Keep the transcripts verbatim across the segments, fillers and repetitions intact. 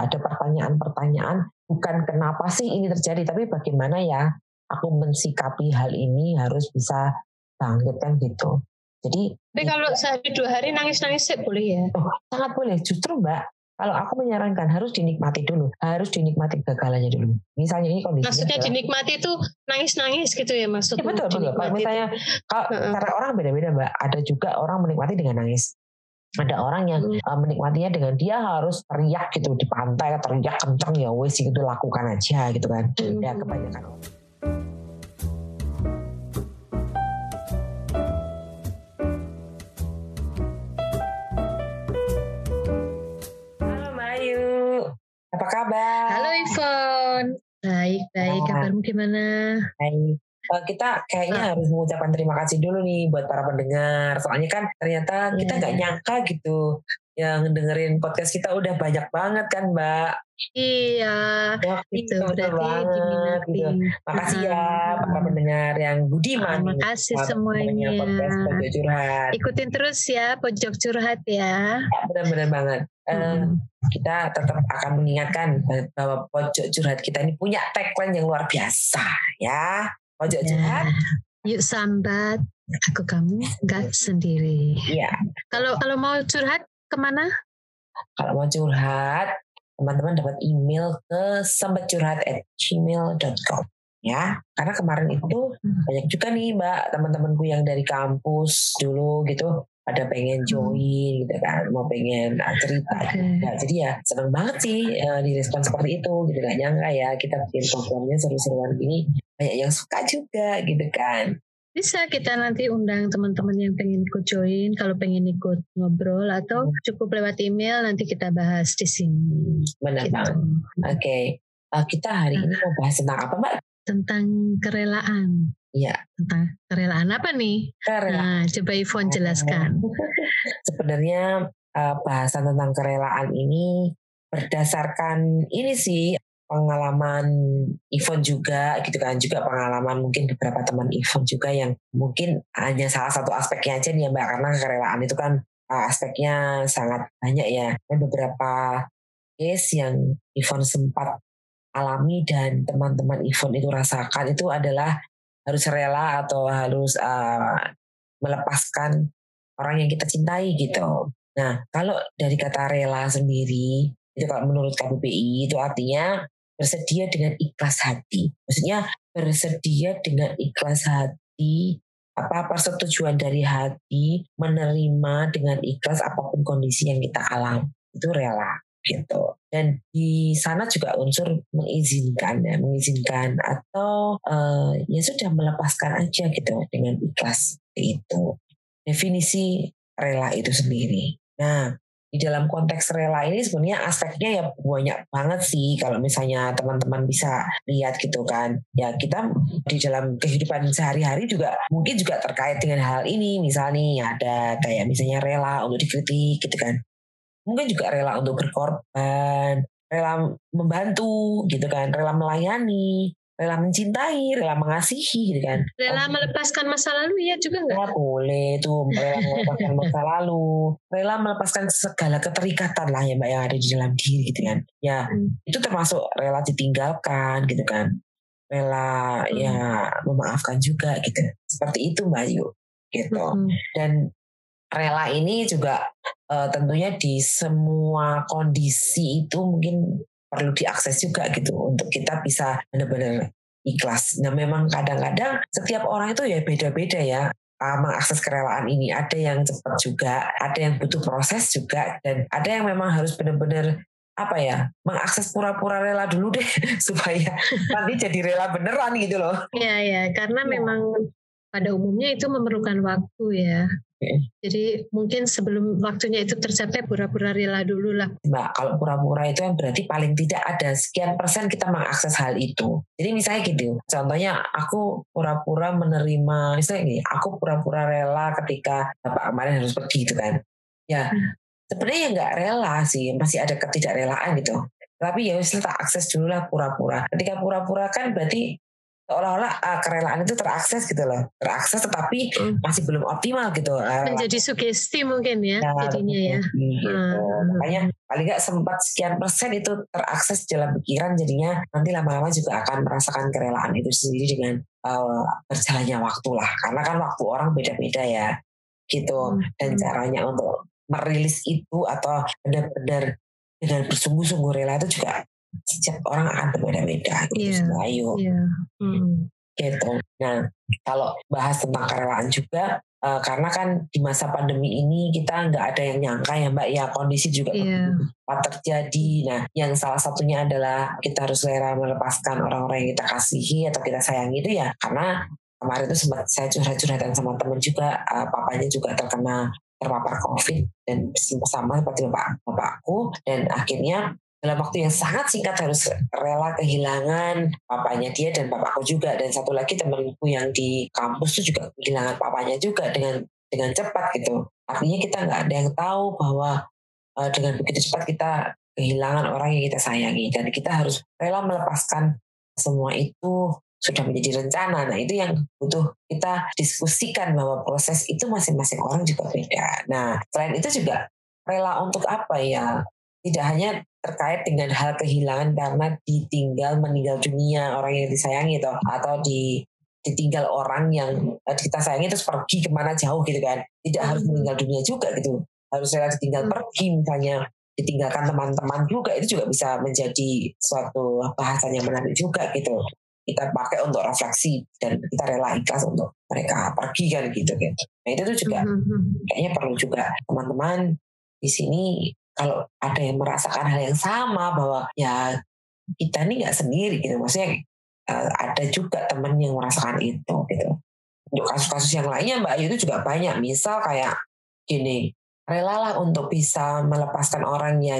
ada pertanyaan-pertanyaan, bukan kenapa sih ini terjadi, tapi bagaimana ya aku mensikapi hal ini harus bisa bangkit kan gitu. Jadi tapi kalau sehari dua hari nangis-nangis sih boleh ya? Oh, sangat boleh. Justru Mbak, kalau aku menyarankan harus dinikmati dulu, harus dinikmati kegagalannya dulu. Misalnya ini kondisinya maksudnya adalah, dinikmati itu nangis-nangis gitu ya maksudnya? ya betul betul. Kalau misalnya kalau uh-uh. cara orang beda-beda Mbak. Ada juga orang menikmati dengan nangis. Ada orang yang hmm. uh, menikmatinya dengan dia harus teriak gitu di pantai, teriak kenceng, ya wes itu lakukan aja gitu kan. Hmm. Ya kebanyakan orang. Apa kabar? Halo Ivon. Baik, baik. Nah, kabarmu gimana? Baik. Uh, kita kayaknya ah. harus mengucapkan terima kasih dulu nih buat para pendengar. Soalnya kan ternyata yeah. kita nggak nyangka gitu. Yang dengerin podcast kita udah banyak banget kan Mbak. Iya. Wah, itu berarti diminati. Gitu. Makasih uh, ya para pendengar yang budiman. Uh, makasih semuanya. Podcast Pojok Curhat. Ikutin terus ya Pojok Curhat ya. Ya benar-benar banget. Uh, hmm. Kita tetap akan mengingatkan bahwa Pojok Curhat kita ini punya tagline yang luar biasa ya. Pojok ya. Curhat. Yuk sambat, aku kamu gak sendiri. Iya. Kalau kalau mau curhat kemana? Kalau mau curhat, teman-teman dapat email ke sambatcurhat at gmail dot com ya. Karena kemarin itu hmm. banyak juga nih Mbak teman-temanku yang dari kampus dulu gitu. Ada pengen join gitu kan, mau pengen cerita okay. juga. Jadi ya seneng banget sih uh, direspon seperti itu gitu. Gak nyangka ya kita bikin programnya seru-seruan gini banyak yang suka juga gitu kan. Bisa kita nanti undang teman-teman yang pengen ikut join, kalau pengen ikut ngobrol atau hmm. cukup lewat email nanti kita bahas di sini. Benar gitu. banget. Oke, okay. uh, kita hari nah. ini mau bahas tentang apa Mbak? Tentang kerelaan. Iya. Tentang kerelaan apa nih? Kerelaan. Nah, coba Ivon jelaskan. Sebenarnya uh, bahasan tentang kerelaan ini berdasarkan ini sih pengalaman Ivon juga gitu kan, juga pengalaman mungkin beberapa teman Ivon juga yang mungkin hanya salah satu aspeknya aja nih ya Mbak, karena kerelaan itu kan uh, aspeknya sangat banyak ya. Dan beberapa case yang Ivon sempat alami dan teman-teman Ivon itu rasakan itu adalah harus rela atau harus uh, melepaskan orang yang kita cintai gitu. Nah, kalau dari kata rela sendiri, itu kalau menurut K B P I itu artinya bersedia dengan ikhlas hati. Maksudnya bersedia dengan ikhlas hati, apa persetujuan dari hati, menerima dengan ikhlas apapun kondisi yang kita alami. Itu rela gitu. Dan di sana juga unsur mengizinkan ya, mengizinkan atau uh, ya sudah melepaskan aja gitu dengan ikhlas itu. Definisi rela itu sendiri. Nah, di dalam konteks rela ini sebenarnya aspeknya ya banyak banget sih kalau misalnya teman-teman bisa lihat gitu kan. Ya kita di dalam kehidupan sehari-hari juga mungkin juga terkait dengan hal ini. Misalnya ada kayak misalnya rela untuk dikritik gitu kan. Mungkin juga rela untuk berkorban, rela membantu gitu kan, rela melayani, rela mencintai, rela mengasihi gitu kan. Rela melepaskan masa lalu ya juga nggak? Nggak boleh tuh, rela melepaskan masa lalu, rela melepaskan segala keterikatan lah ya Mbak yang ada di dalam diri gitu kan. Ya hmm. itu termasuk rela ditinggalkan gitu kan, rela hmm. ya memaafkan juga gitu. Seperti itu Mbak Ayu gitu. Hmm. Dan rela ini juga uh, tentunya di semua kondisi itu mungkin perlu diakses juga gitu untuk kita bisa benar-benar ikhlas. Nah memang kadang-kadang setiap orang itu ya beda-beda ya uh, mengakses kerelaan ini. Ada yang cepat juga, ada yang butuh proses juga, dan ada yang memang harus benar-benar apa ya mengakses pura-pura rela dulu deh supaya nanti jadi rela beneran gitu loh. Iya ya, karena ya. Memang pada umumnya itu memerlukan waktu ya. Okay. Jadi mungkin sebelum waktunya itu tercapai pura-pura rela dulu lah. Mbak, kalau pura-pura itu yang berarti paling tidak ada sekian persen kita mengakses hal itu. Jadi misalnya gitu, contohnya aku pura-pura menerima, misalnya gini, aku pura-pura rela ketika bapak kemarin harus pergi gitu kan. Ya hmm. sebenarnya nggak rela sih, masih ada ketidakrelaan gitu. Tapi ya wis tak akses dulu lah pura-pura. Ketika pura-pura kan berarti seolah-olah uh, kerelaan itu terakses gitu loh, terakses tetapi hmm. masih belum optimal gitu. Uh, Menjadi sugesti mungkin ya, ya jadinya ya. Gitu. Hmm. Makanya paling nggak sempat sekian persen itu terakses dalam pikiran, jadinya nanti lama-lama juga akan merasakan kerelaan itu sendiri dengan uh, berjalannya waktu lah. Karena kan waktu orang beda-beda ya, gitu. Hmm. Dan caranya untuk merilis itu atau benar-benar dengan bersungguh-sungguh rela itu juga setiap orang akan berbeda-beda gitu. Yeah, ayo yeah. hmm. gitu. Nah kalau bahas tentang kerelaan juga uh, karena kan di masa pandemi ini kita nggak ada yang nyangka ya Mbak ya, kondisi juga yeah. terjadi. Nah yang salah satunya adalah kita harus rela melepaskan orang-orang yang kita kasihi atau kita sayangi itu ya, karena kemarin itu sempat saya curhat-curhatan sama teman juga, uh, papanya juga terkena terpapar COVID dan sama seperti bapak bapakku, dan akhirnya dalam waktu yang sangat singkat harus rela kehilangan papanya dia dan bapakku juga, dan satu lagi temanku yang di kampus itu juga kehilangan papanya juga dengan dengan cepat gitu. Artinya kita nggak ada yang tahu bahwa uh, dengan begitu cepat kita kehilangan orang yang kita sayangi, dan kita harus rela melepaskan semua itu sudah menjadi rencana. Nah itu yang butuh kita diskusikan, bahwa proses itu masing-masing orang juga beda. Nah selain itu juga rela untuk apa ya, tidak hanya terkait dengan hal kehilangan karena ditinggal meninggal dunia orang yang disayangi toh, atau di ditinggal orang yang kita sayangi terus pergi kemana jauh gitu kan, tidak harus meninggal dunia juga gitu, harus rela ditinggal pergi, misalnya ditinggalkan teman-teman juga, itu juga bisa menjadi suatu bahasan yang menarik juga gitu, kita pakai untuk refleksi dan kita rela ikhlas untuk mereka pergi kan gitu kan. Nah itu tuh juga kayaknya perlu juga teman-teman di sini, kalau ada yang merasakan hal yang sama, bahwa ya kita ini nggak sendiri gitu, maksudnya uh, ada juga teman yang merasakan itu gitu. Untuk kasus-kasus yang lainnya Mbak Ayu itu juga banyak, misal kayak gini, relalah untuk bisa melepaskan orang yang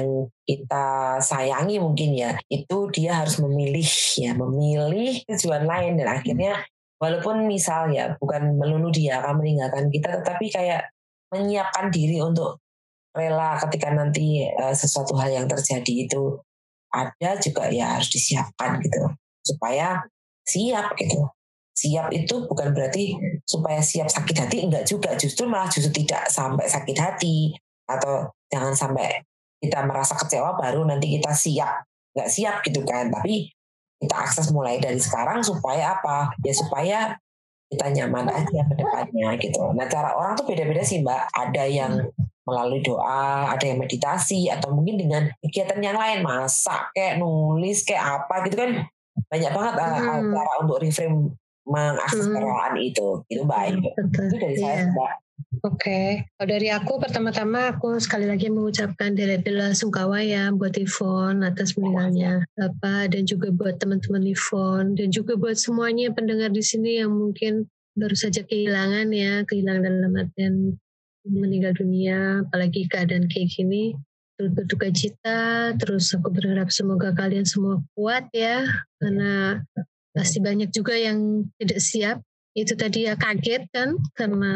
kita sayangi mungkin ya, itu dia harus memilih ya, memilih tujuan lain, dan akhirnya walaupun misal ya bukan melulu dia akan meninggalkan kita, tetapi kayak menyiapkan diri untuk rela ketika nanti uh, sesuatu hal yang terjadi itu ada juga ya, harus disiapkan gitu supaya siap gitu. Siap itu bukan berarti supaya siap sakit hati, enggak juga, justru malah justru tidak sampai sakit hati, atau jangan sampai kita merasa kecewa baru nanti kita siap, enggak siap gitu kan. Tapi kita akses mulai dari sekarang supaya apa ya, supaya kita nyaman aja ke depannya gitu. Nah cara orang tuh beda-beda sih Mbak, ada yang melalui doa, ada yang meditasi, atau mungkin dengan kegiatan yang lain, masak kayak nulis kayak apa gitu kan, banyak banget hmm. cara untuk reframe mengakses hmm. kerelaan itu. Itu baik. Itu dari yeah. saya Mbak. Oke, okay. Kalau dari aku pertama-tama aku sekali lagi mengucapkan bela sungkawa ya buat Yvonne atas meninggalnya Bapak, dan juga buat teman-teman Yvonne, dan juga buat semuanya pendengar di sini yang mungkin baru saja kehilangan ya, kehilangan dalam artian meninggal dunia, apalagi keadaan kayak gini, terus berduka cita. Terus aku berharap semoga kalian semua kuat ya, karena pasti banyak juga yang tidak siap. Itu tadi ya, kaget kan karena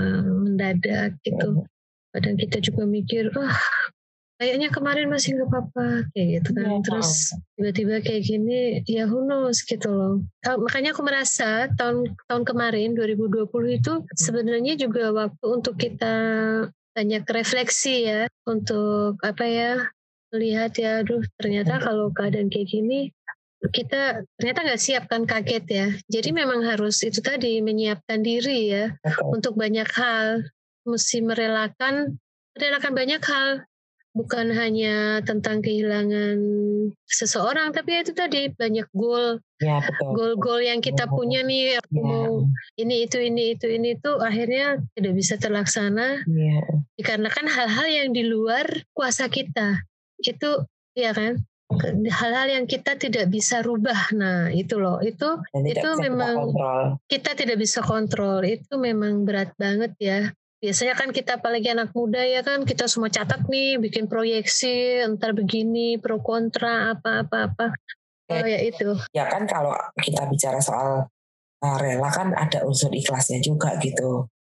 mendadak gitu. Kadang kita juga mikir, oh kayaknya kemarin masih nggak apa-apa kayak gitu kan, terus tiba-tiba kayak gini, ya who knows gitu loh. Makanya aku merasa tahun tahun kemarin dua ribu dua puluh itu sebenarnya juga waktu untuk kita banyak refleksi ya, untuk apa ya, melihat ya, aduh ternyata kalau keadaan kayak gini kita ternyata nggak siap kan, kaget ya. Jadi memang harus itu tadi, menyiapkan diri ya untuk banyak hal, mesti merelakan merelakan banyak hal. Bukan hanya tentang kehilangan seseorang, tapi itu tadi banyak goal, ya, goal-goal yang kita punya nih, aku ya. mau ini itu ini itu ini itu akhirnya tidak bisa terlaksana, ya. Dikarenakan hal-hal yang di luar kuasa kita, itu ya kan, hal-hal yang kita tidak bisa rubah. Nah itu loh, itu itu memang kita, kita tidak bisa kontrol, itu memang berat banget ya. Biasanya kan kita apalagi anak muda ya kan, kita semua catat nih, bikin proyeksi, entar begini, pro kontra, apa-apa-apa. Oh ya itu. Ya kan kalau kita bicara soal uh, rela kan ada unsur ikhlasnya juga gitu.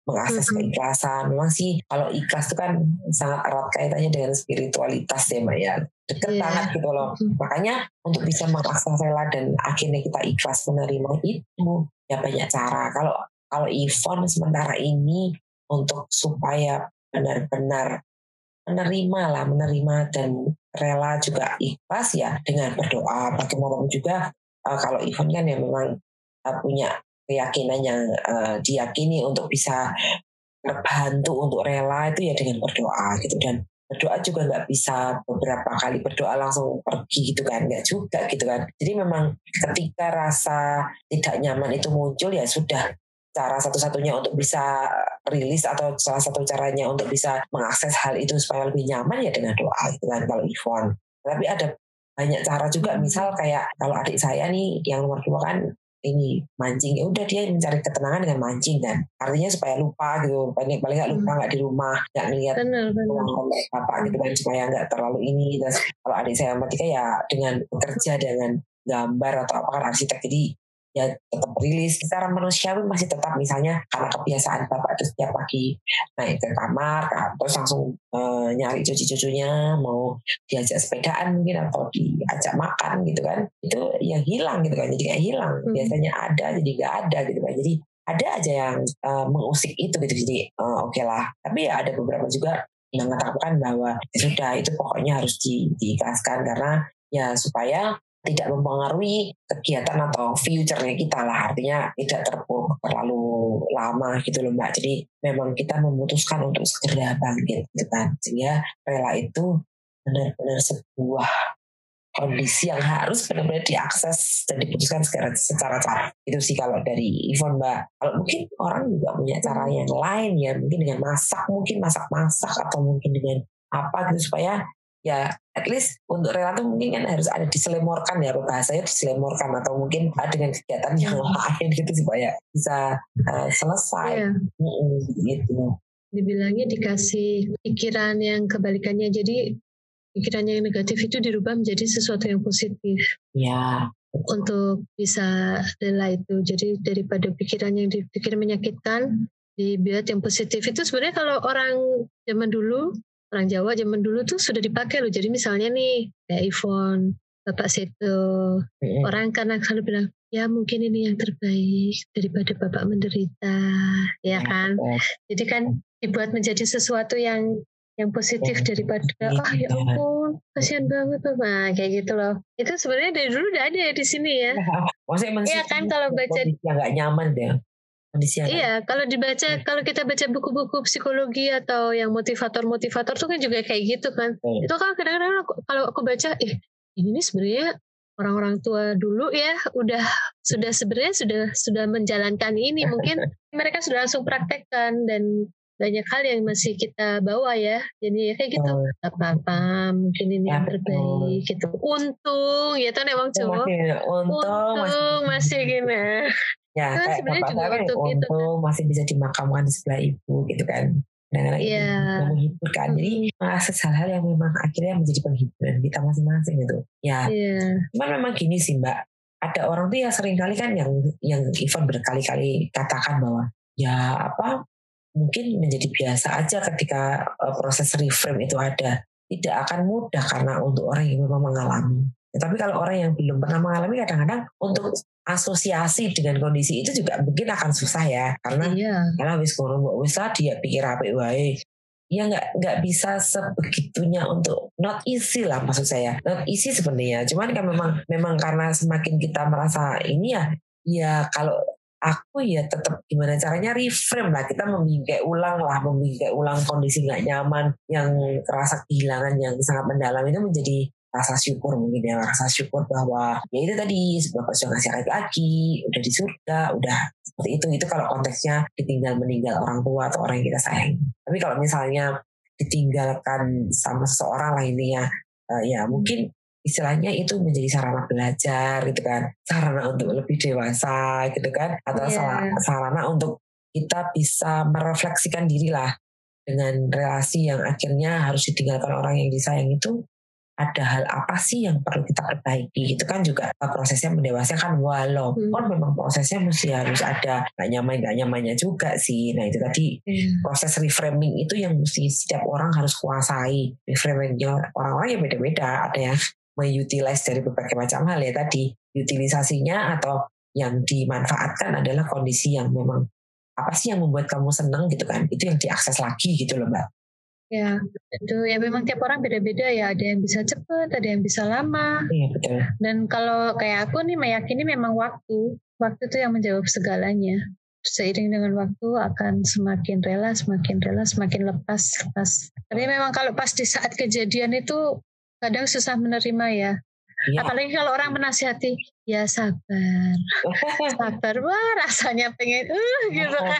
mengakses Mhm. keikhlasan. Memang sih kalau ikhlas itu kan sangat erat kaitannya dengan spiritualitas ya Mbak ya. Deket Iya. banget gitu loh. Mhm. Makanya untuk bisa mengakses rela dan akhirnya kita ikhlas menerima itu ya banyak cara. Kalau kalau Yvonne sementara ini untuk supaya benar-benar menerima lah, menerima dan rela juga ikhlas ya dengan berdoa. Bagaimanapun juga uh, kalau Yvonne kan ya memang uh, punya keyakinan yang uh, diyakini untuk bisa terbantu untuk rela itu ya dengan berdoa gitu, dan berdoa juga nggak bisa beberapa kali berdoa langsung pergi gitu kan, nggak juga gitu kan. Jadi memang ketika rasa tidak nyaman itu muncul ya sudah, cara satu-satunya untuk bisa rilis atau salah satu caranya untuk bisa mengakses hal itu supaya lebih nyaman ya dengan doa gitu kan kalau Yvonne. Tapi ada banyak cara juga, misal kayak kalau adik saya nih yang nomor dua kan ini mancing, ya udah dia mencari ketenangan dengan mancing kan, artinya supaya lupa gitu, paling paling nggak lupa, nggak di rumah, nggak ngeliat Benar, benar. ruang komplek bapak gitu kan, supaya nggak terlalu ini. Terus kalau adik saya nomor tiga ya dengan bekerja dengan gambar atau apa kan arsitek, jadi ya tetap rilis secara manusiawi masih tetap, misalnya karena kebiasaan bapak itu setiap pagi naik ke kamar kan, terus langsung uh, nyari cucu-cucunya, mau diajak sepedaan mungkin atau diajak makan gitu kan, itu yang hilang gitu kan, jadi kayak hilang, biasanya ada jadi nggak ada gitu kan, jadi ada aja yang uh, mengusik itu gitu, jadi uh, oke okay lah. Tapi ya ada beberapa juga yang mengatakan bahwa ya sudah itu pokoknya harus di, diikhlaskan karena ya supaya tidak mempengaruhi kegiatan atau future-nya kita lah, artinya tidak terpuruk terlalu lama gitu loh Mbak. Jadi memang kita memutuskan untuk segera bangkit gitu kan, sehingga rela itu benar-benar sebuah kondisi yang harus benar-benar diakses dan diputuskan secara secara cara. Itu sih kalau dari Yvonne Mbak. Kalau mungkin orang juga punya cara yang lain ya, mungkin dengan masak, mungkin masak-masak atau mungkin dengan apa gitu, supaya ya at least untuk rela tuh mungkin kan harus ada diselemorkan ya, bahasanya diselemorkan, atau mungkin ada dengan kegiatan yang lain gitu supaya bisa uh, selesai. Iya. Mm-mm, gitu. Dibilangnya dikasih pikiran yang kebalikannya, jadi pikiran yang negatif itu dirubah menjadi sesuatu yang positif. Ya. Untuk bisa rela itu. Jadi daripada pikiran yang dipikir menyakitkan, dibuat yang positif. Itu sebenarnya kalau orang zaman dulu, orang Jawa zaman dulu tuh sudah dipakai loh. Jadi misalnya nih kayak Yvonne, Bapak Seto, mm-hmm. orang karena selalu bilang, ya mungkin ini yang terbaik daripada Bapak menderita, ya, ya kan? Ya. Jadi kan dibuat menjadi sesuatu yang yang positif daripada ah ya ampun kasihan banget tuh, nah kayak gitu loh. Itu sebenarnya dari dulu udah ada di sini ya. Maksudnya iya kan kalau baca yang nggak nyaman deh. Iya, kalau dibaca, hmm. kalau kita baca buku-buku psikologi atau yang motivator-motivator tuh kan juga kayak gitu kan. Hmm. Itu kan kadang-kadang aku, kalau aku baca, eh ini nih sebenarnya orang-orang tua dulu ya udah sudah sebenarnya sudah sudah menjalankan ini, mungkin mereka sudah langsung praktekkan dan banyak hal yang masih kita bawa ya, jadi ya kayak gitu oh. apa-apa mungkin ini ya, yang terbaik betul. Gitu untung ya kan emang cowok untung, untung masih, masih gini ya kan sebenarnya juga untuk untung itu, kan? Masih bisa dimakamkan di sebelah ibu gitu kan, kadang-kadang yeah. itu yang menghibur kan, mm-hmm. jadi mengakses hal-hal yang memang akhirnya menjadi penghiburan kita masing-masing gitu ya yeah. Cuman memang gini sih Mbak, ada orang tuh yang sering kali kan yang yang Yvonne berkali-kali katakan bahwa ya apa mungkin menjadi biasa aja ketika uh, proses reframe itu ada. Tidak akan mudah karena untuk orang yang memang mengalami. Ya, tapi kalau orang yang belum pernah mengalami, kadang-kadang untuk asosiasi dengan kondisi itu juga mungkin akan susah ya. Karena iya. Karena wis kono mbok wis dia pikir apik wae. Ya nggak nggak bisa sebegitunya untuk not easy lah maksud saya. Not easy sebenarnya. Cuman kan memang memang karena semakin kita merasa ini ya, ya kalau aku ya tetap gimana caranya reframe lah, kita membingkai ulang lah, membingkai ulang kondisi nggak nyaman yang terasa kehilangan yang sangat mendalam itu menjadi rasa syukur mungkin ya, rasa syukur bahwa ya itu tadi Bapak sudah ngasih lagi, udah di surga, udah seperti itu. Itu kalau konteksnya ditinggal meninggal orang tua atau orang yang kita sayangi. Tapi kalau misalnya ditinggalkan sama seseorang lah ini ya, uh, ya mungkin istilahnya itu menjadi sarana belajar gitu kan, sarana untuk lebih dewasa gitu kan, atau yeah. sarana untuk kita bisa merefleksikan diri lah dengan relasi yang akhirnya harus ditinggalkan orang yang disayang itu, ada hal apa sih yang perlu kita perbaiki. Itu kan juga prosesnya mendewasakan, walaupun hmm. memang prosesnya mesti harus ada gak nyaman gak nyamannya juga sih. Nah itu tadi hmm. proses reframing itu yang mesti setiap orang harus kuasai. Reframingnya orang-orang ya beda-beda, ada yang mengutilize dari berbagai macam hal ya tadi, utilisasinya atau yang dimanfaatkan adalah kondisi yang memang apa sih yang membuat kamu senang gitu kan, itu yang diakses lagi gitu loh Mbak. Ya, itu ya memang tiap orang beda-beda ya. Ada yang bisa cepat, ada yang bisa lama. Iya betul. Dan kalau kayak aku nih meyakini memang waktu, waktu itu yang menjawab segalanya. Seiring dengan waktu akan semakin rela, semakin rela, semakin lepas, lepas. Tapi memang kalau pas di saat kejadian itu kadang susah menerima ya. Ya. Apalagi kalau orang menasihati, ya sabar, sabar, wah rasanya pengen, uh gitu kan.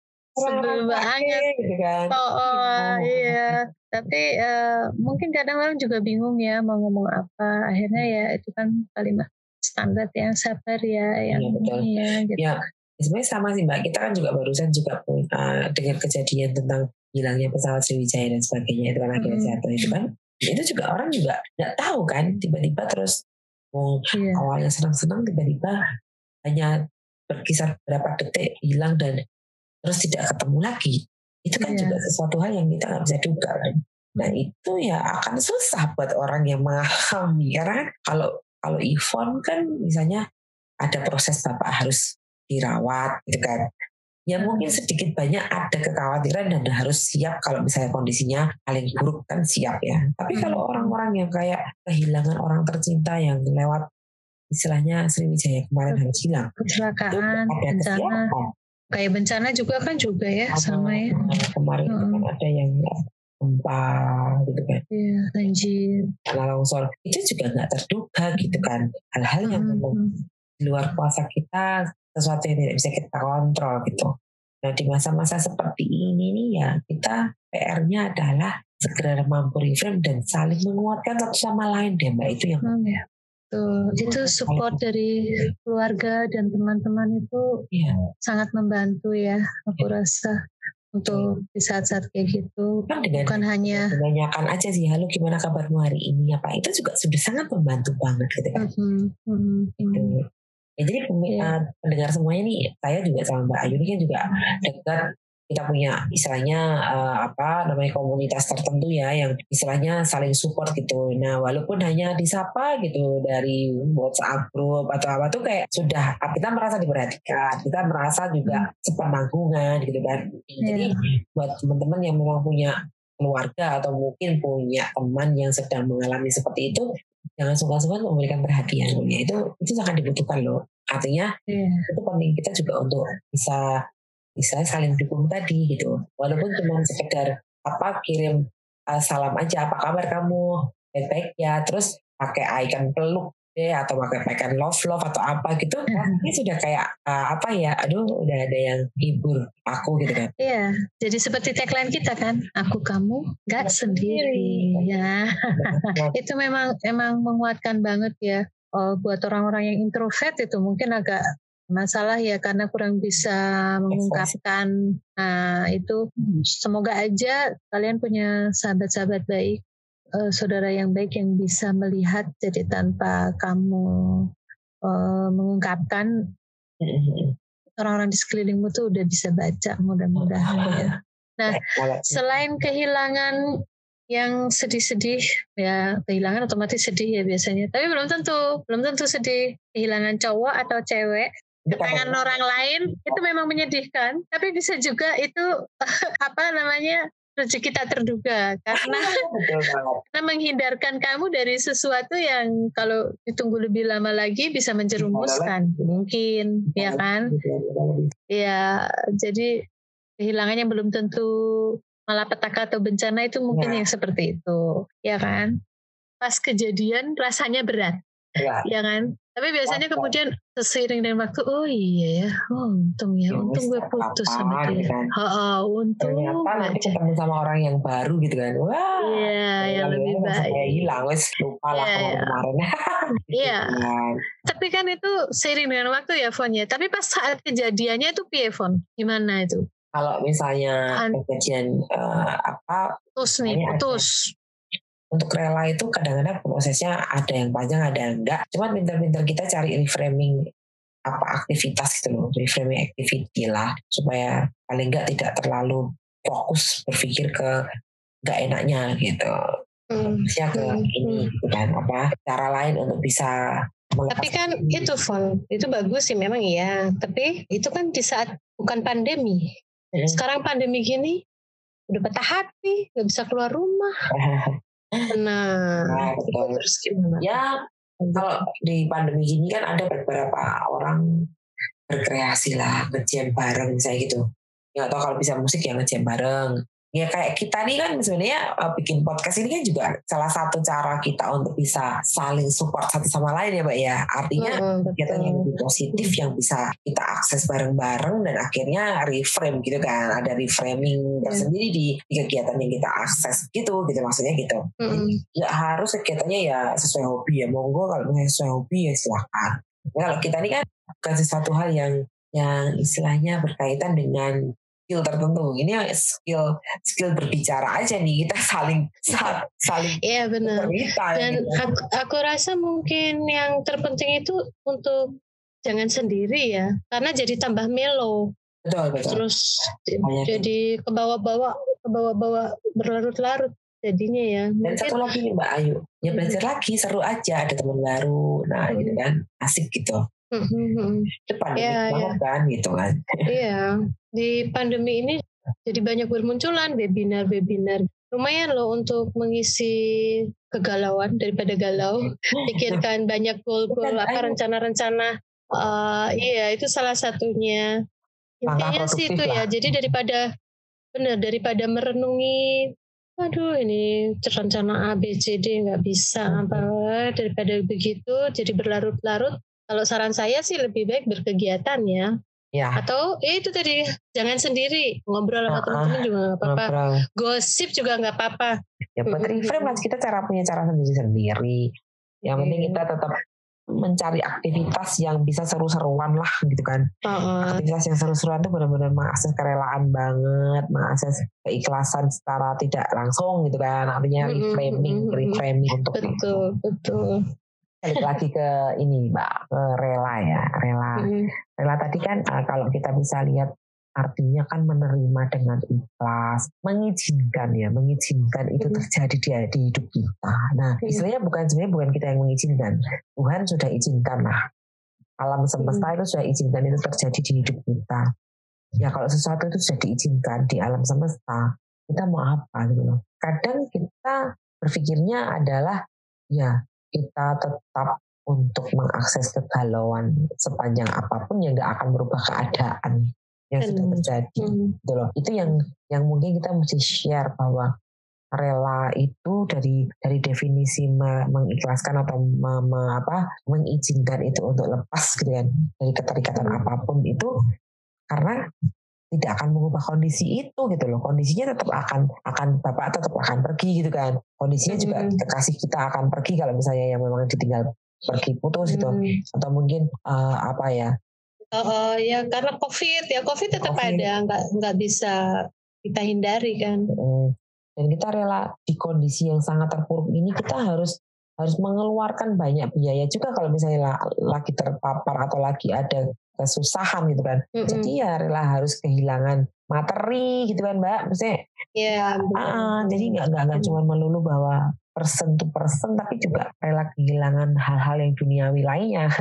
Sebel banget gitu kan. Oh, oh iya. Tapi uh, mungkin kadang orang juga bingung ya mau ngomong apa. Akhirnya ya itu kan kalimat standar yang sabar ya, yang ya, betul. ini ya. Gitu. Ya, sebenarnya sama sih Mbak. Kita kan juga barusan juga uh, dengan kejadian tentang hilangnya pesawat Sriwijaya dan sebagainya itu kan akhirnya mm-hmm. jatuh itu kan. Itu juga orang juga nggak tahu kan, tiba-tiba terus oh, yeah. awalnya senang-senang tiba-tiba hanya berkisar berapa detik hilang dan terus tidak ketemu lagi. Itu kan yeah. juga sesuatu hal yang kita nggak bisa duga kan. Nah itu ya akan susah buat orang yang memahami. Karena kalau kalau Yvonne kan misalnya ada proses Bapak harus dirawat gitu kan. Ya mungkin sedikit banyak ada kekhawatiran dan harus siap kalau misalnya kondisinya paling buruk kan siap ya. Tapi hmm. kalau orang-orang yang kayak kehilangan orang tercinta yang lewat istilahnya Sriwijaya kemarin harus hilang. Kecelakaan, bencana. Kayak bencana juga kan juga ya sama, sama ya. Kemarin hmm. kan ada yang gempa gitu kan. Iya, banjir. Karena longsor itu juga nggak terduga gitu kan. Hal-hal yang hmm. memang di luar kuasa kita, sesuatu yang tidak bisa kita kontrol gitu. Nah di masa-masa seperti ini nih ya kita P R-nya adalah segera mampu reframe dan saling menguatkan satu sama lain deh Mbak, itu yang hmm, ya. Tuh, itu support dari keluarga dan teman-teman itu ya. Sangat membantu ya aku ya. Rasa untuk di saat-saat kayak gitu kan dengan, bukan hanya menanyakan aja sih halo gimana kabarmu hari ini apa itu juga sudah sangat membantu banget gitu kan. Mm-hmm. Mm-hmm. Gitu. Ya, jadi yeah. uh, pendengar semuanya nih, saya juga sama Mbak Ayu ini kan juga dekat, kita punya istilahnya uh, apa namanya komunitas tertentu ya yang istilahnya saling support gitu. Nah walaupun hanya disapa gitu dari WhatsApp group atau apa tuh kayak sudah kita merasa diperhatikan, kita merasa juga sepenanggungan gitu kan. Jadi yeah. buat teman-teman yang memang punya keluarga atau mungkin punya teman yang sedang mengalami seperti itu, jangan sungkan-sungkan memberikan perhatian ya. itu itu sangat dibutuhkan loh. Artinya yeah. itu penting kita juga untuk bisa bisa saling dukung tadi gitu. Walaupun cuma sekedar apa kirim uh, salam aja, apa kabar kamu, baik-baik ya, terus pakai icon peluk deh atau pakai icon love love atau apa gitu, ini sudah kayak uh, apa ya, aduh udah ada yang hibur aku gitu kan. Iya, jadi seperti tagline kita kan, aku kamu gak sendiri ya. Itu memang emang menguatkan banget ya. Oh, buat orang-orang yang introvert itu mungkin agak masalah ya karena kurang bisa mengungkapkan. Nah itu semoga aja kalian punya sahabat-sahabat baik, uh, saudara yang baik yang bisa melihat jadi tanpa kamu uh, mengungkapkan, orang-orang di sekelilingmu tuh udah bisa baca mudah-mudahan ya. Nah selain kehilangan yang sedih-sedih ya, kehilangan otomatis sedih ya biasanya, tapi belum tentu belum tentu sedih. Kehilangan cowok atau cewek ke tangan orang lain itu memang menyedihkan, tapi bisa juga itu apa namanya rezeki tak terduga karena karena menghindarkan kamu dari sesuatu yang kalau ditunggu lebih lama lagi bisa menjerumuskan mungkin ya kan ya. Jadi kehilangannya belum tentu malapetaka atau bencana, itu mungkin ya. Yang seperti itu ya kan, pas kejadian rasanya berat ya, ya kan. Tapi biasanya kemudian seiring dengan waktu, oh iya ya, oh, untung ya, untung gue putus sama dia. Kan. Oh, oh, untung. Ternyata nanti ketemu sama orang yang baru gitu kan. Wah. Iya, yang lebih baik. Kayak hilang, wes lupa lah yeah, kemarin. Iya. Tapi kan itu seiring dengan waktu ya, Fon ya. Tapi pas saat kejadiannya itu piye, Fon? Gimana itu? Kalau misalnya An- kejadian uh, apa? Putus nih, putus. untuk rela itu kadang-kadang prosesnya ada yang panjang ada yang enggak. Cuman pintar-pintar kita cari reframing apa aktivitas gitu loh, reframing activity lah supaya paling enggak tidak terlalu fokus berpikir ke enggak enaknya gitu. Fokusnya ke Hmm, ini hmm. bukan apa cara lain untuk bisa Tapi kan itu Von, itu bagus sih memang ya. Tapi itu kan di saat bukan pandemi. Hmm. Sekarang pandemi gini, udah patah hati, nggak bisa keluar rumah. Nah, nah, itu betul. terus gimana? Ya, kalau di pandemi gini kan ada beberapa orang berkreasi lah, nge-jam bareng misalnya gitu. Ya atau kalau bisa musik ya nge-jam bareng. Ya kayak kita nih kan sebenarnya uh, bikin podcast ini kan juga salah satu cara kita untuk bisa saling support satu sama lain ya Mbak ya. Artinya Hmm, kegiatan yang lebih positif yang bisa kita akses bareng-bareng dan akhirnya reframe gitu kan. Ada reframing tersendiri di, di kegiatan yang kita akses gitu gitu maksudnya gitu. Hmm. Ya harus kegiatannya ya sesuai hobi ya. Monggo kalau misalnya sesuai hobi ya silahkan. Nah, kalau kita ini kan bukan sesuatu hal yang yang istilahnya berkaitan dengan skill tertentu. Ini skill skill berbicara aja nih kita saling saling. Iya benar. Cerita, Dan gitu. aku, aku rasa mungkin yang terpenting itu untuk jangan sendiri ya, karena jadi tambah melo. Betul betul. Terus Banyak jadi ke bawah-bawah ke bawah-bawah berlarut-larut jadinya ya. Dan Mungkin, satu lagi nih Mbak Ayu, ya belajar hmm. lagi seru aja ada teman baru, nah hmm. gitu kan asik gitu. Hmm. Itu pandemi ya, banget ya. Kan gitu kan. Iya, di pandemi ini jadi banyak bermunculan webinar-webinar. Lumayan loh untuk mengisi kegalauan daripada galau. Pikirkan banyak goal-goal apa rencana-rencana. Uh, iya, itu salah satunya. Intinya sih itu lah. Ya. Jadi daripada benar daripada merenungi, aduh ini rencana A B C D nggak bisa hmm. apa daripada begitu jadi berlarut-larut. Kalau saran saya sih lebih baik berkegiatan ya. Ya. Atau ya itu tadi jangan sendiri ngobrol sama uh, teman-teman juga nggak apa-apa, ngobrol. Gosip juga nggak apa-apa. Ya buat reframe lah kita cara punya cara sendiri-sendiri. Yang penting yeah. kita tetap mencari aktivitas yang bisa seru-seruan lah gitu kan. Uh-uh. Aktivitas yang seru-seruan itu benar-benar mengakses kerelaan banget, mengakses keikhlasan secara tidak langsung gitu kan. Artinya reframing, mm-hmm. reframing untuk betul, itu. Betul. Balik lagi ke ini Mbak, ke rela ya, rela. Mm-hmm. Rela tadi kan uh, kalau kita bisa lihat artinya kan menerima dengan ikhlas, mengizinkan ya, mengizinkan itu terjadi di, di hidup kita. Nah, istilahnya bukan sebenarnya bukan kita yang mengizinkan, Tuhan sudah izinkan lah. Alam semesta itu sudah izinkan itu terjadi di hidup kita. Ya kalau sesuatu itu sudah diizinkan di alam semesta, kita mau apa gitu loh. Kadang kita berpikirnya adalah ya kita tetap untuk mengakses kegalauan sepanjang apapun yang nggak akan merubah keadaan yang sudah terjadi, hmm. gitu loh. Itu yang yang mungkin kita mesti share bahwa rela itu dari dari definisi me, mengikhlaskan atau me, me, apa mengizinkan itu untuk lepas gitu kan dari keterikatan hmm. apapun itu karena tidak akan mengubah kondisi itu gitu loh. Kondisinya tetap akan akan bapak tetap akan pergi gitu kan. Kondisinya hmm. juga kekasih kita akan pergi kalau misalnya yang memang ditinggal pergi putus hmm. gitu atau mungkin uh, apa ya. Uh, ya karena COVID ya COVID tetap COVID. Ada nggak nggak bisa kita hindari kan. Hmm. Dan kita rela di kondisi yang sangat terpuruk ini kita harus harus mengeluarkan banyak biaya juga kalau misalnya lagi terpapar atau lagi ada kesusahan gitu kan. Mm-hmm. Jadi ya rela harus kehilangan materi gitu kan Mbak. Maksudnya ya, uh, jadi nggak nggak nggak cuma melulu bahwa person to person tapi juga rela kehilangan hal-hal yang duniawi lainnya.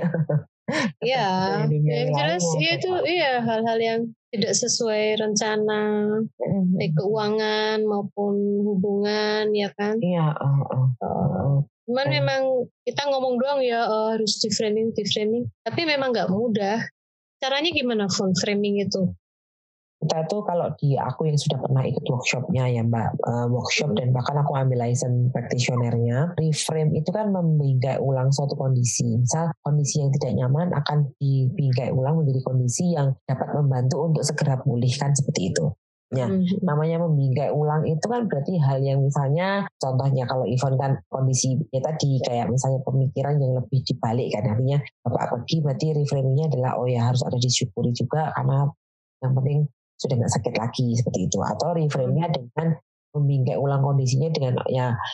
Iya, yang jelas ya itu iya hal-hal yang tidak sesuai rencana mm-hmm. baik keuangan maupun hubungan ya kan. Iya. Uh, uh, uh, Cuman uh. memang kita ngomong doang ya uh, harus di framing, di framing. Tapi memang nggak mudah. Caranya gimana Von framing itu? Kita itu kalau di aku yang sudah pernah ikut workshopnya ya Mbak, uh, workshop dan bahkan aku ambil license practitioner-nya, reframe itu kan membingkai ulang suatu kondisi. Misal kondisi yang tidak nyaman akan dibingkai ulang menjadi kondisi yang dapat membantu untuk segera pulihkan seperti itu. Ya, mm-hmm. namanya membingkai ulang itu kan berarti hal yang misalnya contohnya kalau Yvonne kan kondisi ya tadi kayak misalnya pemikiran yang lebih dibalik kan artinya bapak pergi berarti reframingnya adalah oh ya harus ada disyukuri juga karena yang penting sudah nggak sakit lagi seperti itu atau reframe-nya dengan membingkai ulang kondisinya dengan ya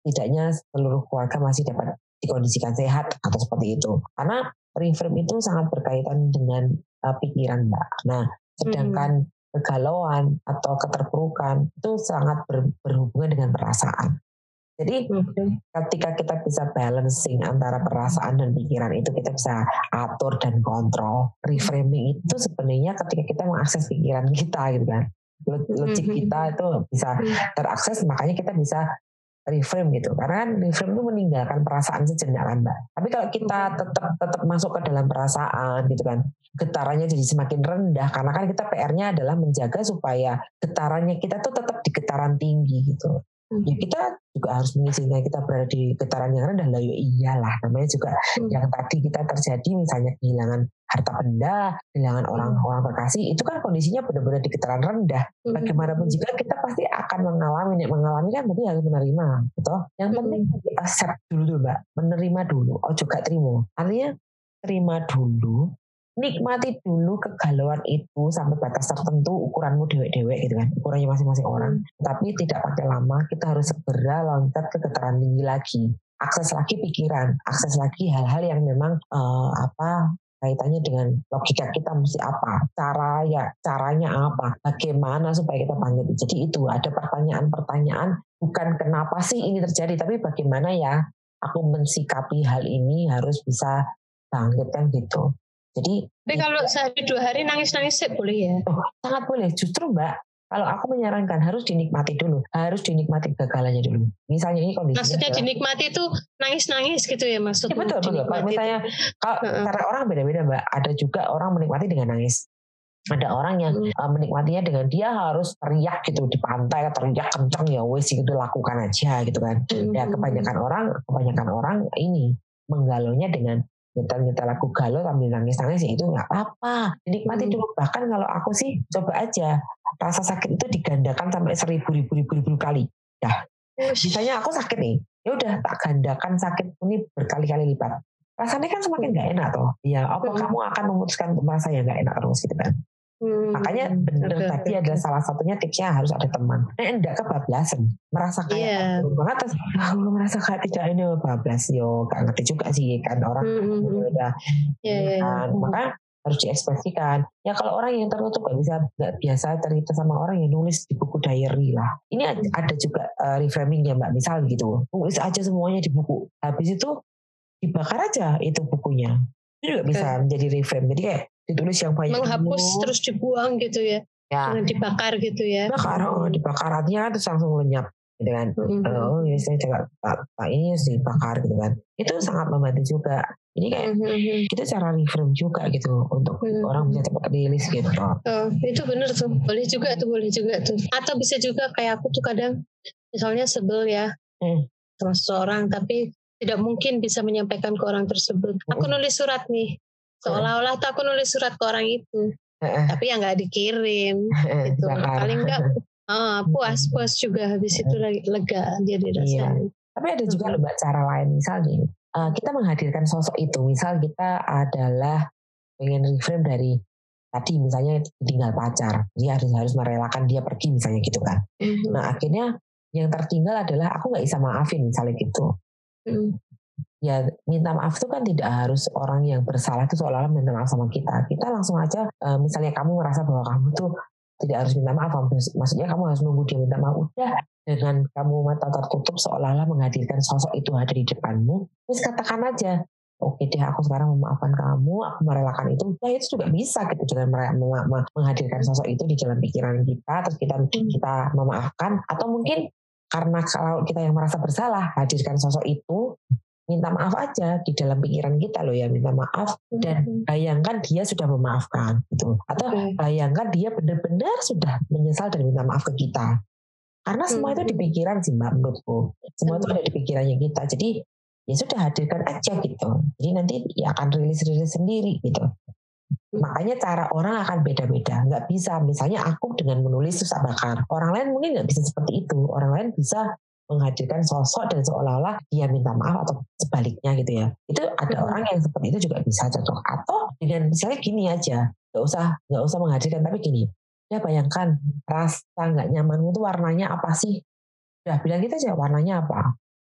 setidaknya seluruh keluarga masih dapat dikondisikan sehat atau seperti itu. Karena reframe itu sangat berkaitan dengan uh, pikiran, Mbak. Nah, sedangkan hmm. kegalauan atau keterpurukan itu sangat ber, berhubungan dengan perasaan. Jadi hmm. ketika kita bisa balancing antara perasaan dan pikiran itu kita bisa atur dan kontrol. Reframing itu sebenarnya ketika kita mengakses pikiran kita gitu kan. Logik kita itu bisa terakses, makanya kita bisa reframe gitu. Karena kan reframe itu meninggalkan perasaan sejenak kan, Mbak. Tapi kalau kita tetap tetap masuk ke dalam perasaan gitu kan, getarannya jadi semakin rendah karena kan kita P R-nya adalah menjaga supaya getarannya kita tuh tetap di getaran tinggi gitu. Ya kita juga harus mengizinkan kita berada di getaran yang rendah lah. Ya iyalah, namanya juga hmm. yang tadi kita terjadi misalnya kehilangan harta benda, kehilangan orang-orang terkasih, itu kan kondisinya benar-benar di getaran rendah. Bagaimanapun juga kita pasti akan mengalami, mengalami kan berarti harus menerima gitu. Yang penting di accept dulu Mbak, menerima dulu, oh juga terima. Artinya terima dulu, nikmati dulu kegalauan itu sampai batas tertentu, ukuranmu dewek-dewek gitu kan, ukurannya masing-masing orang. Hmm. Tapi tidak pakai lama, kita harus segera loncat ke getaran tinggi lagi, akses lagi pikiran, akses lagi hal-hal yang memang uh, apa kaitannya dengan logika kita mesti apa, cara ya caranya apa, bagaimana supaya kita bangkit. Jadi itu ada pertanyaan-pertanyaan, bukan kenapa sih ini terjadi, tapi bagaimana ya aku mensikapi hal ini harus bisa bangkit kan gitu. Jadi, tapi kalau sehari dua hari nangis-nangis sih boleh ya? Oh, sangat boleh. Justru Mbak, kalau aku menyarankan harus dinikmati dulu, harus dinikmati kegagalannya dulu. Misalnya ini kondisinya. Maksudnya adalah, dinikmati itu nangis-nangis gitu ya maksudnya? Ya, betul betul. Pak, misalnya kalau uh-uh. cara orang beda-beda Mbak. Ada juga orang menikmati dengan nangis. Ada orang yang hmm. uh, menikmatinya dengan dia harus teriak gitu di pantai, teriak kenceng ya wes itu lakukan aja gitu kan. Hmm. Ya kebanyakan orang, kebanyakan orang ini menggalaunya dengan nyetel-nyetel lagu galau sambil nangis-nangis ya itu nggak apa-apa, dinikmati dulu. Bahkan kalau aku sih coba aja rasa sakit itu digandakan sampai seribu ribu ribu ribu kali. Dah, misalnya aku sakit nih, ya udah tak gandakan sakit ini berkali-kali lipat. Rasanya kan semakin nggak enak toh. Ya apa hmm. kamu akan memutuskan untuk merasa yang nggak enak terus gitu kan? Hmm. Makanya benar okay, tadi okay. adalah salah satunya tipsnya harus ada teman. Nah, enggak kebablasan, merasa kayak yeah. banget terus aku merasa kayak tidak ini bablas yo, gak ngerti juga sih kan orang hmm. udah yeah, kan. Yeah. Maka harus diekspresikan. Ya kalau orang yang tertutup gak bisa gak biasa cerita sama orang yang nulis di buku diary lah. Ini hmm. ada juga uh, reframingnya Mbak, misal gitu. Tulis aja semuanya di buku. Habis itu dibakar aja itu bukunya. Itu juga okay. bisa menjadi reframe. Jadi kayak ditulis yang banyak menghapus dulu. Terus dibuang gitu ya, ya. Dengan dibakar gitu ya, bakar, oh, dibakar artinya terus langsung lenyap gitu kan. Mm-hmm. Oh ini saya coba pak, pak ini harus dibakar gitu kan, itu sangat membantu juga. Ini kayak mm-hmm. kita cara reframe juga gitu untuk mm-hmm. orang bisa cepat rilis gitu. Oh itu benar tuh, boleh juga tuh, boleh juga tuh. Atau bisa juga kayak aku tuh kadang misalnya sebel ya mm. sama seseorang tapi tidak mungkin bisa menyampaikan ke orang tersebut. Aku mm-hmm. nulis surat nih. Seolah-olah tuh aku nulis surat ke orang itu, uh, tapi yang nggak dikirim, uh, gitu. Paling nggak uh, puas puas juga habis itu lega jadi rasanya. Iya. Tapi ada juga hmm. Mbak cara lain, misalnya uh, kita menghadirkan sosok itu, misal kita adalah pengen reframe dari tadi misalnya tinggal pacar, dia harus harus merelakan dia pergi misalnya gitu kan. Hmm. Nah akhirnya yang tertinggal adalah aku nggak bisa maafin misalnya gitu. Hmm. Ya minta maaf itu kan tidak harus orang yang bersalah itu seolah-olah minta maaf sama kita. Kita langsung aja uh, misalnya kamu merasa bahwa kamu tuh tidak harus minta maaf, maksudnya kamu harus nunggu dia minta maaf. Udah dengan kamu mata tertutup seolah-olah menghadirkan sosok itu ada di depanmu, terus katakan aja, oke deh aku sekarang memaafkan kamu, aku merelakan itu. Udah itu juga bisa gitu dengan menghadirkan sosok itu di dalam pikiran kita, terus kita kita memaafkan. Atau mungkin karena kalau kita yang merasa bersalah, hadirkan sosok itu, minta maaf aja di dalam pikiran kita loh ya, minta maaf dan bayangkan dia sudah memaafkan gitu, atau okay. bayangkan dia benar-benar sudah menyesal dan minta maaf ke kita, karena semua itu di pikiran sih Mbak menurutku, semua itu ada di pikirannya kita. Jadi ya sudah hadirkan aja gitu, jadi nanti ya akan rilis-rilis sendiri gitu. Makanya cara orang akan beda-beda, nggak bisa misalnya aku dengan menulis terus bakar, orang lain mungkin nggak bisa seperti itu, orang lain bisa menghadirkan sosok dan seolah-olah dia minta maaf atau sebaliknya gitu ya. Itu ada hmm. orang yang seperti itu juga bisa cocok. Atau dengan misalnya gini aja, nggak usah nggak usah menghadirkan tapi gini, ya bayangkan rasa nggak nyamanmu itu warnanya apa sih? Udah bilang kita aja warnanya apa?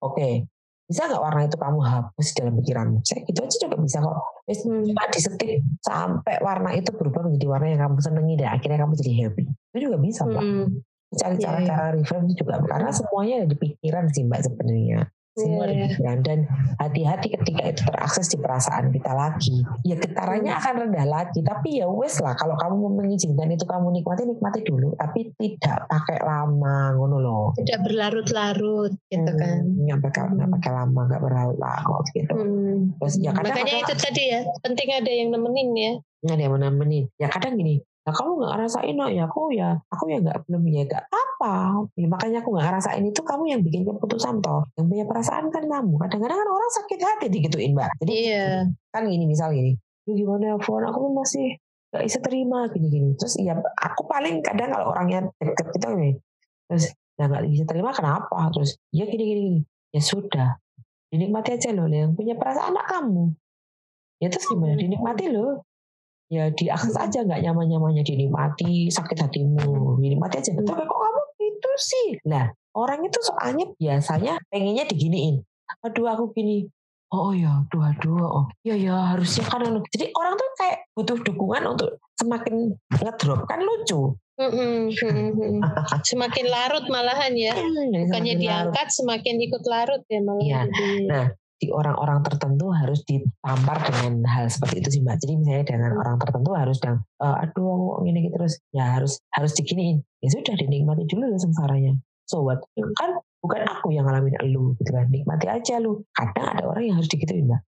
Oke, bisa nggak warna itu kamu hapus dalam pikiranmu? Saya gitu aja juga bisa kok. Terus Hmm. cuma disetip sampai warna itu berubah menjadi warna yang kamu senangi dan akhirnya kamu jadi happy. Itu juga bisa Mbak. Hmm. Cari Iya, cara-cara reframe itu juga karena semuanya ada di pikiran sih Mbak sebenarnya. Semua ada di Iya. pikiran dan hati-hati ketika itu terakses di perasaan kita lagi. Ya getarannya Hmm. akan rendah lagi, tapi ya wes lah kalau kamu mau mengizinkan itu kamu nikmati nikmati dulu, tapi tidak pakai lama ngono loh. Tidak berlarut-larut gitu kan. Hmm, nggak pakai nggak pakai lama, nggak berlarut-larut gitu. Hmm. Terus ya kadang Makanya ada itu tadi ya, penting ada yang nemenin ya. ada yang menemenin. Ya kadang gini, nah kamu nggak ngerasain no, ya aku ya aku ya nggak belum ya nggak apa. Ya, makanya aku nggak ngerasain itu kamu yang bikin keputusan toh. Yang punya perasaan kan kamu. Kadang-kadang kan orang sakit hati digituin Mbak. Jadi Iya. kan gini misal gini, lu gimana Fon, aku masih nggak bisa terima gini-gini. Terus ya aku paling kadang kalau orangnya deket gitu nih, terus ya nggak bisa terima kenapa? Terus ya gini-gini gini. Ya sudah, dinikmati aja loh yang punya perasaan anak kamu. Ya terus gimana? Dinikmati loh. Ya diakses aja nggak nyaman-nyamannya, dinikmati sakit hatimu, dinikmati aja. Tapi kok kamu gitu sih? Nah orang itu soalnya biasanya pengennya diginiin. Aduh aku gini. Oh ya, aduh aduh, oh iya ya harusnya kan. Jadi orang tuh kayak butuh dukungan untuk semakin ngedrop kan lucu. Mm-mm, mm-mm. Semakin larut malahan ya. Hmm, Bukannya diangkat larut. Semakin ikut larut ya malah. Iya. Nah di orang-orang tertentu harus ditampar dengan hal seperti itu sih Mbak. Jadi misalnya dengan hmm. orang tertentu harus dan uh, aduh ini gitu terus ya harus harus diginiin. Ya sudah dinikmati dulu ya sengsaranya. So what? Kan bukan aku yang ngalamin elu gitu kan. Nikmati aja lu. Kadang ada orang yang harus digituin Mbak.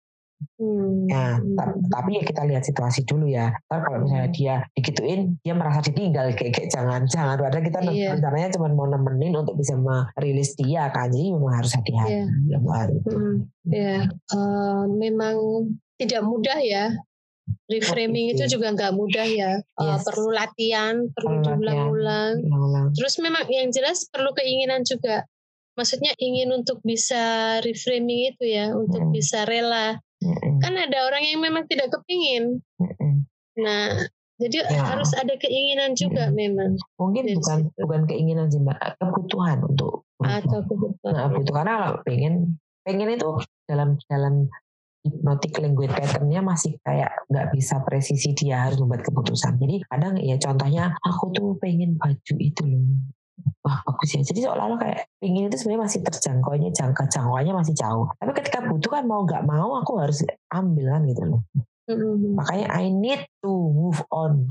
Hmm. Ya, t- tapi ya kita lihat situasi dulu ya. Ntar kalau misalnya dia digituin, dia merasa ditinggal kayak, kayak jangan jangan. Padahal kita iya. rencananya cuma mau nemenin untuk bisa merilis dia kan. Jadi memang harus hati-hati. Iya. Hmm. Ya, uh, memang tidak mudah ya. Reframing oh, itu juga nggak mudah ya. Yes. Uh, perlu latihan, perlu diulang-ulang. Terus memang yang jelas perlu keinginan juga. Maksudnya ingin untuk bisa reframing itu ya, untuk hmm. bisa rela. Mm-mm. Kan ada orang yang memang tidak kepingin. Mm-mm. Nah, jadi ya. harus ada keinginan juga Mm-mm. memang. Mungkin bukan situ. bukan keinginan sih Mbak, kebutuhan untuk. Atau kebutuhan. Nah, kebutuhan kalau pengen pengen itu dalam dalam hypnotic language pattern-nya masih kayak nggak bisa presisi dia harus membuat keputusan. Jadi kadang ya contohnya aku tuh pengen baju itu loh. Wah bagus ya. Jadi seolah-olah kayak pingin itu sebenarnya masih terjangkaunya, jangka jangkauannya masih jauh. Tapi ketika butuh kan mau nggak mau aku harus ambil kan gitu loh. Mm-hmm. Makanya I need to move on.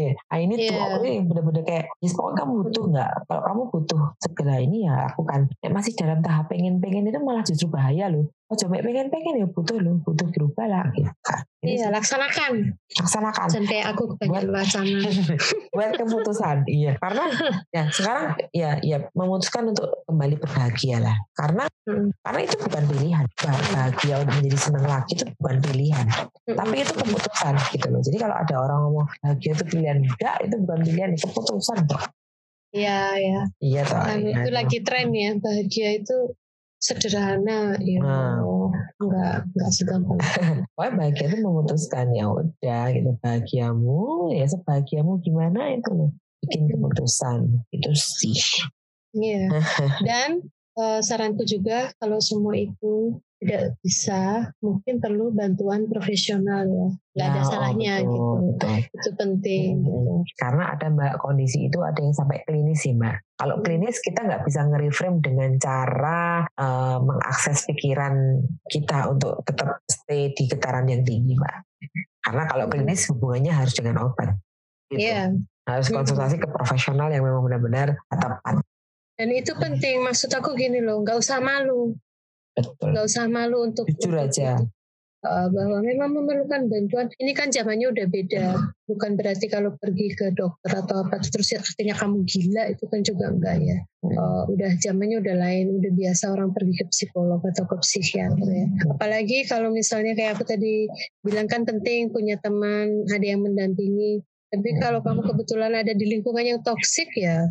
I need yeah. to aku yang benar-benar kayak ya pokoknya kamu butuh nggak. Kalau kamu butuh segala ini ya lakukan. Ya, masih dalam tahap pengen-pengen itu malah justru bahaya loh. Oh coba pengen-pengen ya butuh loh, butuh berubah lah gitu. Iya, laksanakan. Laksanakan. Sampai aku kepengen wacana. Buat keputusan, iya. Karena ya sekarang ya ya memutuskan untuk kembali berbahagia lah. Karena hmm. karena itu bukan pilihan. Bahagia untuk menjadi senang lagi itu bukan pilihan. Hmm. Tapi itu keputusan gitu loh. Jadi kalau ada orang ngomong bahagia itu pilihan, enggak, itu bukan pilihan, itu keputusan toh. Iya, ya. Iya toh. Nah, ya, itu lagi tren ya, bahagia itu sederhana ya. Nah. Enggak, enggak segampang. Pokoknya bahagia itu memutuskan ya udah gitu bahagiamu ya sebahagiamu gimana itu loh bikin keputusan itu sih. Iya. Dan uh, saranku juga kalau semua itu tidak bisa, mungkin perlu bantuan profesional ya. Nggak ya, ada salahnya oh, betul, gitu. Betul. Itu penting. Hmm. Gitu. Karena ada Mbak kondisi itu ada yang sampai klinis sih Mbak. Kalau klinis kita nggak bisa nge-reframe dengan cara uh, mengakses pikiran kita untuk tetap stay di getaran yang tinggi Mbak. Karena kalau klinis hubungannya harus dengan obat. Gitu. Yeah. Harus konsultasi ke profesional yang memang benar-benar tepat. Dan itu penting. Maksud aku gini loh, nggak usah malu. Betul. Gak usah malu untuk jujur untuk, aja uh, bahwa memang memerlukan bantuan. Ini kan zamannya udah beda. Bukan berarti kalau pergi ke dokter atau apa terus artinya kamu gila, itu kan juga enggak ya. Uh, udah zamannya udah lain, udah biasa orang pergi ke psikolog atau ke psikiater ya. Apalagi kalau misalnya kayak aku tadi bilang kan penting punya teman, ada yang mendampingi. Tapi kalau kamu kebetulan ada di lingkungan yang toksik ya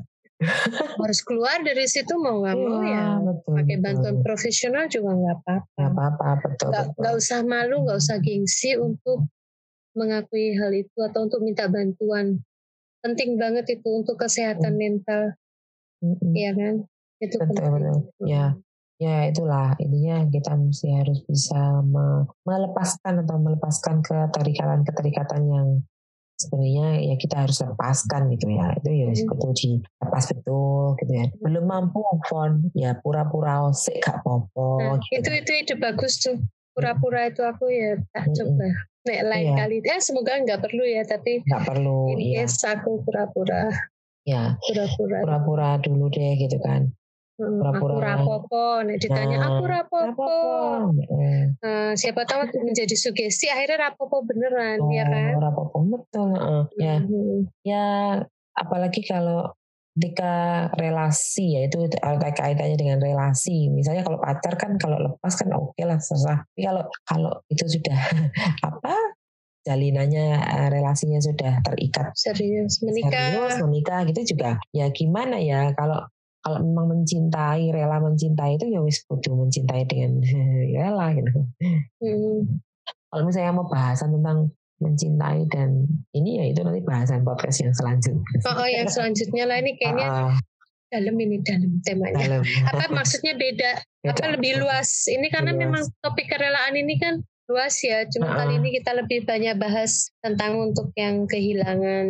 harus keluar dari situ mau nggak mau ya, ya pakai bantuan profesional juga nggak apa-apa. Nggak apa-apa, betul. Nggak, nggak usah malu, nggak usah gengsi untuk mengakui hal itu atau untuk minta bantuan. Penting banget itu untuk kesehatan hmm. mental, hmm. ya kan? Itu betul, penting. betul. Ya, Ya itulah intinya kita mesti harus bisa me- melepaskan atau melepaskan keterikatan-keterikatan yang sebenarnya ya kita harus lepaskan gitu ya. Itu ya Mm. betul dilepas betul gitu ya. Belum mampu move on ya pura-pura osek gak Nah, apa-apa itu gitu. itu itu bagus tuh. Pura-pura itu aku ya tak Mm-mm. coba. Nek lain Iya, kali, eh semoga nggak perlu ya, tapi nggak perlu in iya case aku pura-pura, ya pura-pura. pura-pura dulu deh gitu kan. Hmm, aku Pura-pura rapopo, nek ditanya nah aku nggak rapopo. apa-apa. Mm. Nah, siapa tahu menjadi sugesti akhirnya rapopo beneran, ya kan? Oh, apa-apa betul. Heeh. Ya, Hmm. ya apalagi kalau ketika relasi ya itu ada kaitannya dengan relasi. Misalnya kalau pacar kan kalau lepas kan oke lah terserah. Tapi kalau kalau itu sudah apa jalinannya eh, relasinya sudah terikat Serius serius menikah. menikah gitu juga ya gimana ya kalau kalau memang mencintai rela mencintai itu ya wis kudu mencintai dengan rela gitu. Hmm. Kalau misalnya mau bahasan tentang mencintai dan ini ya itu nanti bahasan podcast yang selanjutnya. Oh, oh, yang selanjutnya lah ini kayaknya Ah, dalam ini dalam temanya. dalam Apa maksudnya beda? beda Apa lebih luas? Ini karena luas. memang topik kerelaan ini kan luas ya. Cuma Ah, kali ini kita lebih banyak bahas tentang untuk yang kehilangan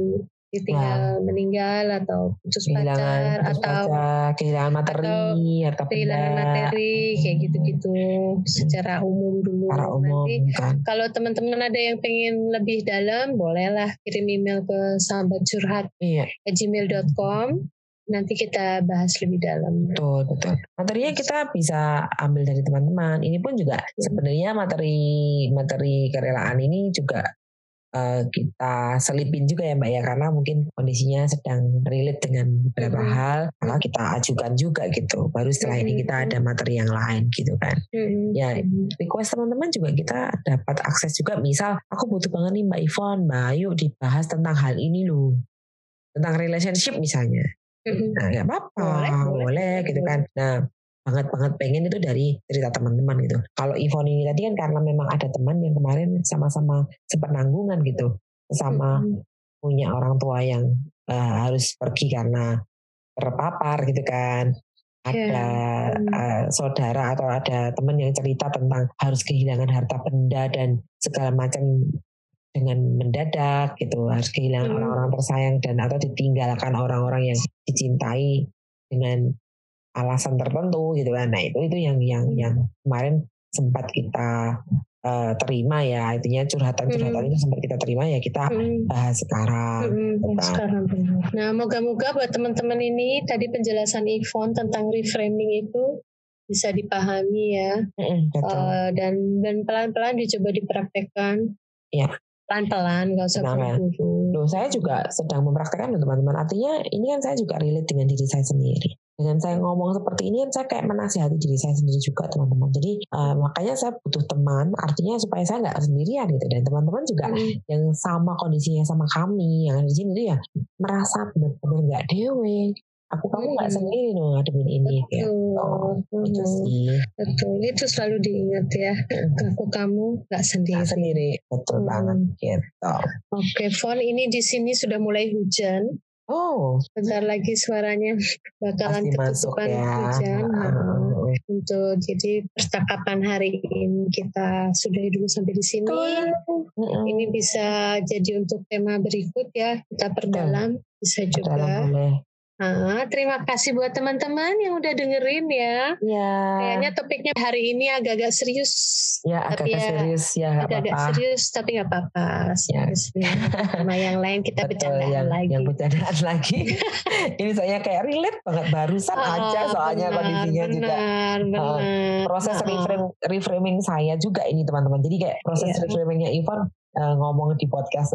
ya ditinggal meninggal atau putus kehilangan pacar putus atau pacar, kehilangan materi, atau harta kehilangan benda materi kayak gitu-gitu secara umum dulu. secara umum Nanti kan. kalau teman-teman ada yang pengen lebih dalam, bolehlah kirim email ke sahabat curhat Iya, gmail dot com. Nanti kita bahas lebih dalam. betul, betul. Materinya kita bisa ambil dari teman-teman. Ini pun juga sebenarnya materi materi kerelaan ini juga eh, kita selipin juga ya Mbak ya karena mungkin kondisinya sedang relate dengan beberapa Mm-mm. hal, maka kita ajukan juga gitu. Baru setelah ini kita ada materi yang lain gitu kan. Mm-mm. Ya request teman-teman juga kita dapat akses juga. Misal aku butuh banget nih Mbak Ivon, Mbak Ayu dibahas tentang hal ini loh, tentang relationship misalnya. Mm-mm. Nah nggak apa-apa, Boleh, boleh, boleh gitu kan. Nah banget-banget pengen itu dari cerita teman-teman gitu. Kalau Ivon ini tadi kan karena memang ada teman yang kemarin sama-sama sepenanggungan gitu, sama Mm-mm. punya orang tua yang eh, harus pergi karena terpapar gitu kan. Ada Yeah. eh, saudara atau ada teman yang cerita tentang harus kehilangan harta benda dan segala macam dengan mendadak gitu, harus kehilangan Mm. orang-orang tersayang dan atau ditinggalkan orang-orang yang dicintai dengan alasan tertentu gitu kan. Nah itu itu yang yang yang kemarin sempat kita uh, terima ya, artinya curhatan-curhatan Mm. itu sempat kita terima ya kita Mm. bahas sekarang. Mm-mm. gitu kan. Sekarang. Nah, moga-moga buat teman-teman ini tadi penjelasan Ivon tentang reframing itu bisa dipahami ya. Mm-mm, betul. Uh, dan dan pelan-pelan dicoba dipraktekkan. Iya. Pelan-pelan, nggak usah Kenapa? buru-buru. Loh, saya juga sedang mempraktekkan loh teman-teman. Artinya ini kan saya juga relate dengan diri saya sendiri. Dengan saya ngomong seperti ini kan saya kayak menasihati diri saya sendiri juga teman-teman. Jadi uh, makanya saya butuh teman. Artinya supaya saya nggak sendirian gitu. Dan teman-teman juga Mm. yang sama kondisinya sama kami yang ada di sini itu ya merasa benar-benar nggak dewe. Aku kamu nggak Mm. sendiri loh ngadepin ini. Betul. Gitu. Itu Mm. sih. Betul, itu selalu diingat ya. Aku kamu nggak sendiri. Nggak sendiri. Betul Hmm. banget gitu. Oke, Fon, ini di sini sudah mulai hujan. Oh, Bentar lagi suaranya bakalan pasti masuk ketutupan ya. hujan. Nah, Uh, untuk jadi percakapan hari ini kita sudahi dulu sampai di sini. Mm-mm. Ini bisa jadi untuk tema berikut ya, kita perdalam, bisa juga. Perdalam boleh. Nah, terima kasih buat teman-teman yang udah dengerin ya. Ya. Kayaknya topiknya hari ini agak-agak serius. Ya, tapi agak-agak ya, serius ya, nggak agak-agak apa-apa. serius tapi nggak apa-apa. Ya. Serius ya. Sama yang lain kita Betul, bercandaan yang, lagi. yang bercandaan lagi. Ini saya kayak relate banget barusan Oh, aja soalnya benar, kondisinya benar, juga. benar. Uh, proses Oh. reframe, reframing saya juga ini teman-teman. Jadi kayak proses Iya. reframingnya Ivon uh, ngomong di podcast.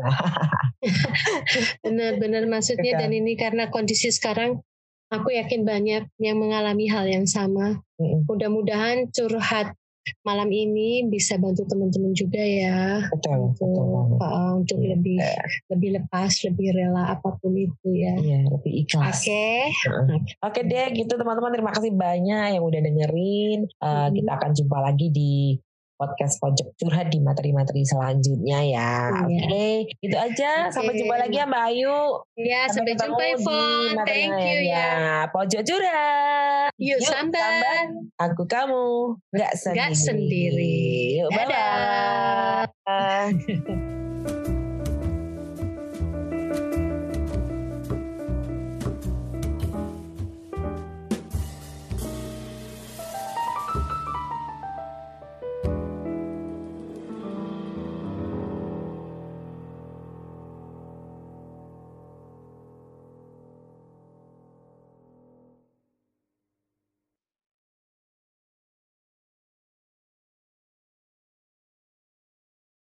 Benar-benar maksudnya Kan. dan ini karena kondisi sekarang aku yakin banyak yang mengalami hal yang sama. Mm-mm. Mudah-mudahan curhat malam ini bisa bantu teman-teman juga ya. Betul, untuk betul uh, untuk Iya. lebih lebih lepas, lebih rela apapun itu ya. Iya, lebih ikhlas. Oke. Uh-uh. Oke deh, gitu teman-teman. Terima kasih banyak yang udah dengerin. Uh, Hmm. Kita akan jumpa lagi di podcast Pojok Curhat di materi-materi selanjutnya ya. Iya. Oke, okay. Itu aja. Oke. Sampai jumpa lagi ya Mbak Ayu. Ya, sampai, sampai jumpa Yvonne. Thank you ya. Pojok Curhat. Yuk, Yuk sambat. sambat. Aku kamu nggak sendiri. Nggak sendiri. Yuk, bye-bye.